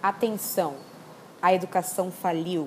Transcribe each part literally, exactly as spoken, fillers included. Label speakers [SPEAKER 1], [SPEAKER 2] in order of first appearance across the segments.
[SPEAKER 1] Atenção, a educação faliu.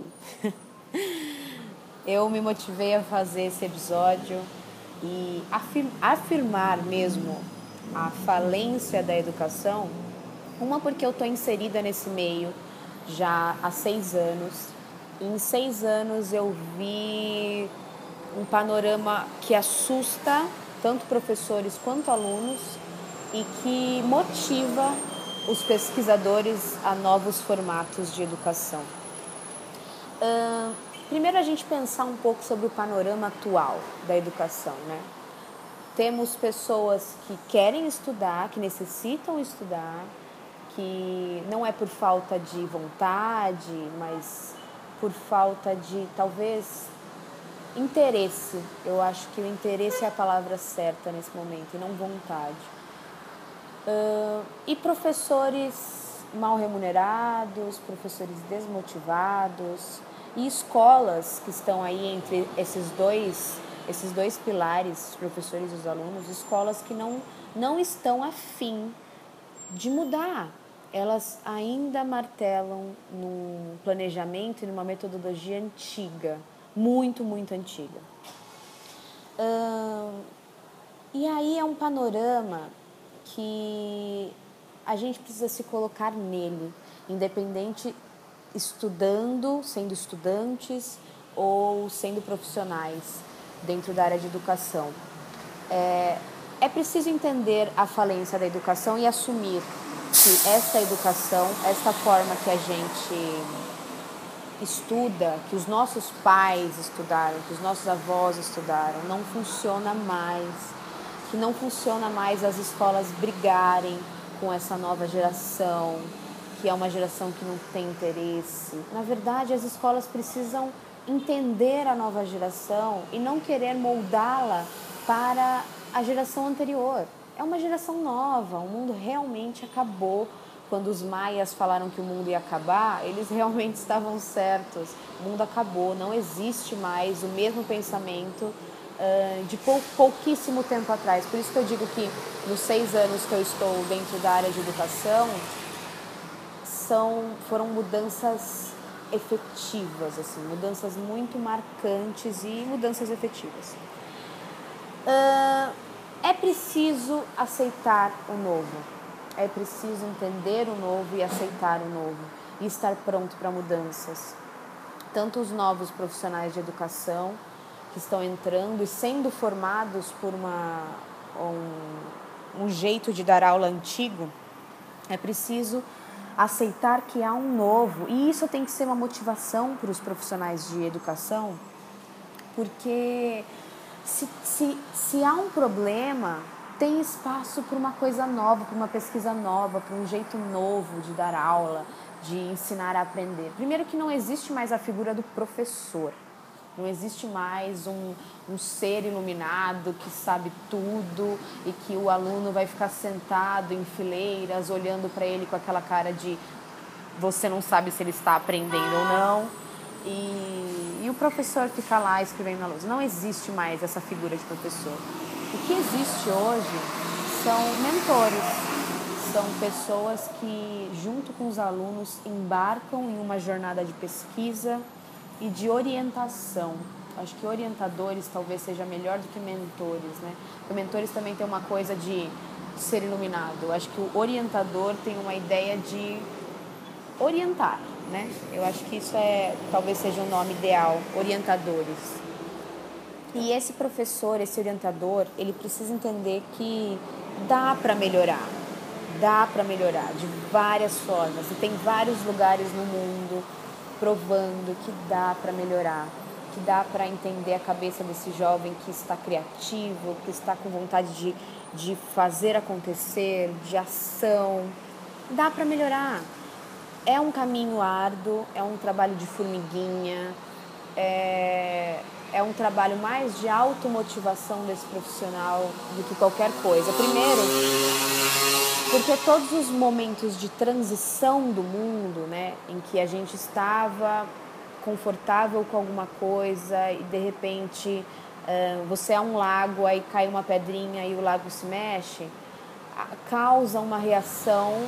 [SPEAKER 1] Eu me motivei a fazer esse episódio e afir- afirmar mesmo a falência da educação. Uma, porque eu estou inserida nesse meio já há seis anos. E em seis anos eu vi um panorama que assusta tanto professores quanto alunos e que motiva os pesquisadores a novos formatos de educação. Uh, primeiro a gente pensar um pouco sobre o panorama atual da educação, né? Temos pessoas que querem estudar, que necessitam estudar, que não é por falta de vontade, mas por falta de, talvez, interesse. Eu acho que o interesse é a palavra certa nesse momento, e não vontade. Uh, e professores mal remunerados, professores desmotivados e escolas que estão aí entre esses dois, esses dois pilares, os professores e os alunos, escolas que não, não estão afim de mudar. Elas ainda martelam num planejamento e numa metodologia antiga, muito, muito antiga. Uh, e aí é um panorama que a gente precisa se colocar nele, independente estudando, sendo estudantes ou sendo profissionais dentro da área de educação. É, é preciso entender a falência da educação e assumir que essa educação, essa forma que a gente estuda, que os nossos pais estudaram, que os nossos avós estudaram, não funciona mais. Que não funciona mais as escolas brigarem com essa nova geração, que é uma geração que não tem interesse. Na verdade, as escolas precisam entender a nova geração e não querer moldá-la para a geração anterior. É uma geração nova, o mundo realmente acabou. Quando os maias falaram que o mundo ia acabar, eles realmente estavam certos. O mundo acabou, não existe mais o mesmo pensamento Uh, de pou, pouquíssimo tempo atrás. Por isso que eu digo que nos seis anos que eu estou dentro da área de educação, são, foram mudanças efetivas, assim, mudanças muito marcantes e mudanças efetivas. Uh, é preciso aceitar o novo, é preciso entender o novo e aceitar o novo e estar pronto para mudanças. Tanto os novos profissionais de educação que estão entrando e sendo formados por uma, um, um jeito de dar aula antigo, é preciso aceitar que há um novo. E isso tem que ser uma motivação para os profissionais de educação, porque se, se, se há um problema, tem espaço para uma coisa nova, para uma pesquisa nova, para um jeito novo de dar aula, de ensinar a aprender. Primeiro que não existe mais a figura do professor. Não existe mais um, um ser iluminado que sabe tudo e que o aluno vai ficar sentado em fileiras olhando para ele com aquela cara de você não sabe se ele está aprendendo ou não. E, e o professor fica lá escrevendo na lousa. Não existe mais essa figura de professor. O que existe hoje são mentores. São pessoas que, junto com os alunos, embarcam em uma jornada de pesquisa e de orientação. Acho que orientadores talvez seja melhor do que mentores, né? Porque mentores também tem uma coisa de ser iluminado. Acho que o orientador tem uma ideia de orientar, né? Eu acho que isso é, talvez seja o nome ideal, orientadores. E esse professor, esse orientador, ele precisa entender que dá para melhorar. Dá para melhorar de várias formas. E tem vários lugares no mundo provando que dá para melhorar, que dá para entender a cabeça desse jovem que está criativo, que está com vontade de, de fazer acontecer, de ação. Dá para melhorar. É um caminho árduo, é um trabalho de formiguinha, é, é um trabalho mais de automotivação desse profissional do que qualquer coisa. Primeiro, porque todos os momentos de transição do mundo, né, em que a gente estava confortável com alguma coisa e de repente uh, você é um lago, aí cai uma pedrinha e o lago se mexe, causa uma reação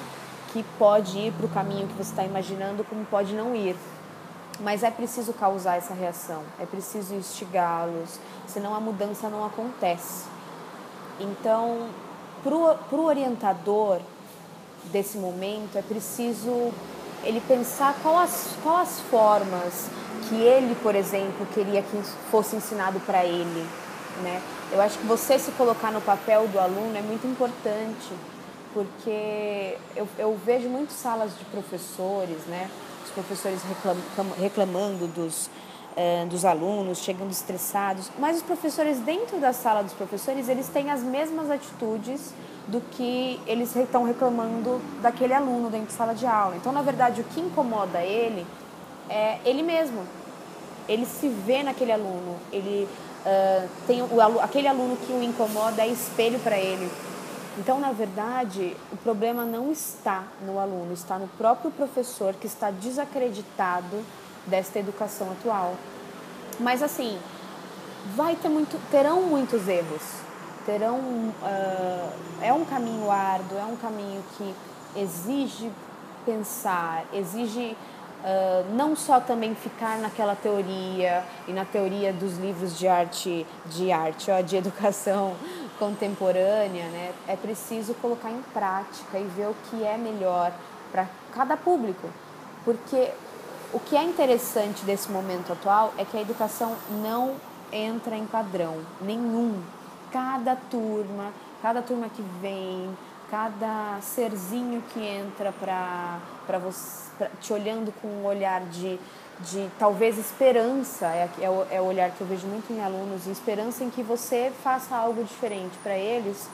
[SPEAKER 1] que pode ir para o caminho que você está imaginando, como pode não ir. Mas é preciso causar essa reação, é preciso instigá-los, senão a mudança não acontece. Então, para o orientador desse momento, é preciso ele pensar quais as, qual as formas que ele, por exemplo, queria que fosse ensinado para ele, né? Eu acho que você se colocar no papel do aluno é muito importante, porque eu, eu vejo muitas salas de professores, né? Os professores reclam, reclamando dos, eh, dos alunos, chegando estressados, mas os professores dentro da sala dos professores, eles têm as mesmas atitudes do que eles estão reclamando daquele aluno dentro da sala de aula. Então, na verdade, o que incomoda ele é ele mesmo. Ele se vê naquele aluno, ele uh, tem o, aquele aluno que o incomoda é espelho para ele. Então, na verdade, o problema não está no aluno, está no próprio professor que está desacreditado desta educação atual. Mas, assim, vai ter muito, terão muitos erros. Terão, uh, é um caminho árduo, é um caminho que exige pensar, exige uh, não só também ficar naquela teoria e na teoria dos livros de arte, de arte, ó, de educação contemporânea, né? É preciso colocar em prática e ver o que é melhor para cada público, porque o que é interessante desse momento atual é que a educação não entra em padrão nenhum. Cada turma, cada turma que vem, cada serzinho que entra para para você, pra, te olhando com um olhar de, de talvez esperança, é, é, o, é o olhar que eu vejo muito em alunos, esperança em que você faça algo diferente para eles,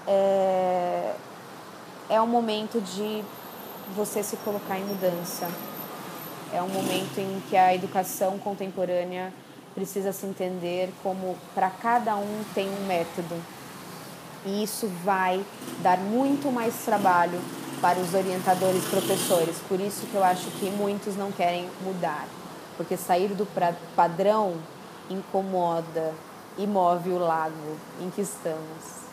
[SPEAKER 1] é, é um momento de você se colocar em mudança. É um momento em que a educação contemporânea precisa se entender como para cada um tem um método. E isso vai dar muito mais trabalho para os orientadores e professores. Por isso que eu acho que muitos não querem mudar. Porque sair do padrão incomoda e move o lago em que estamos.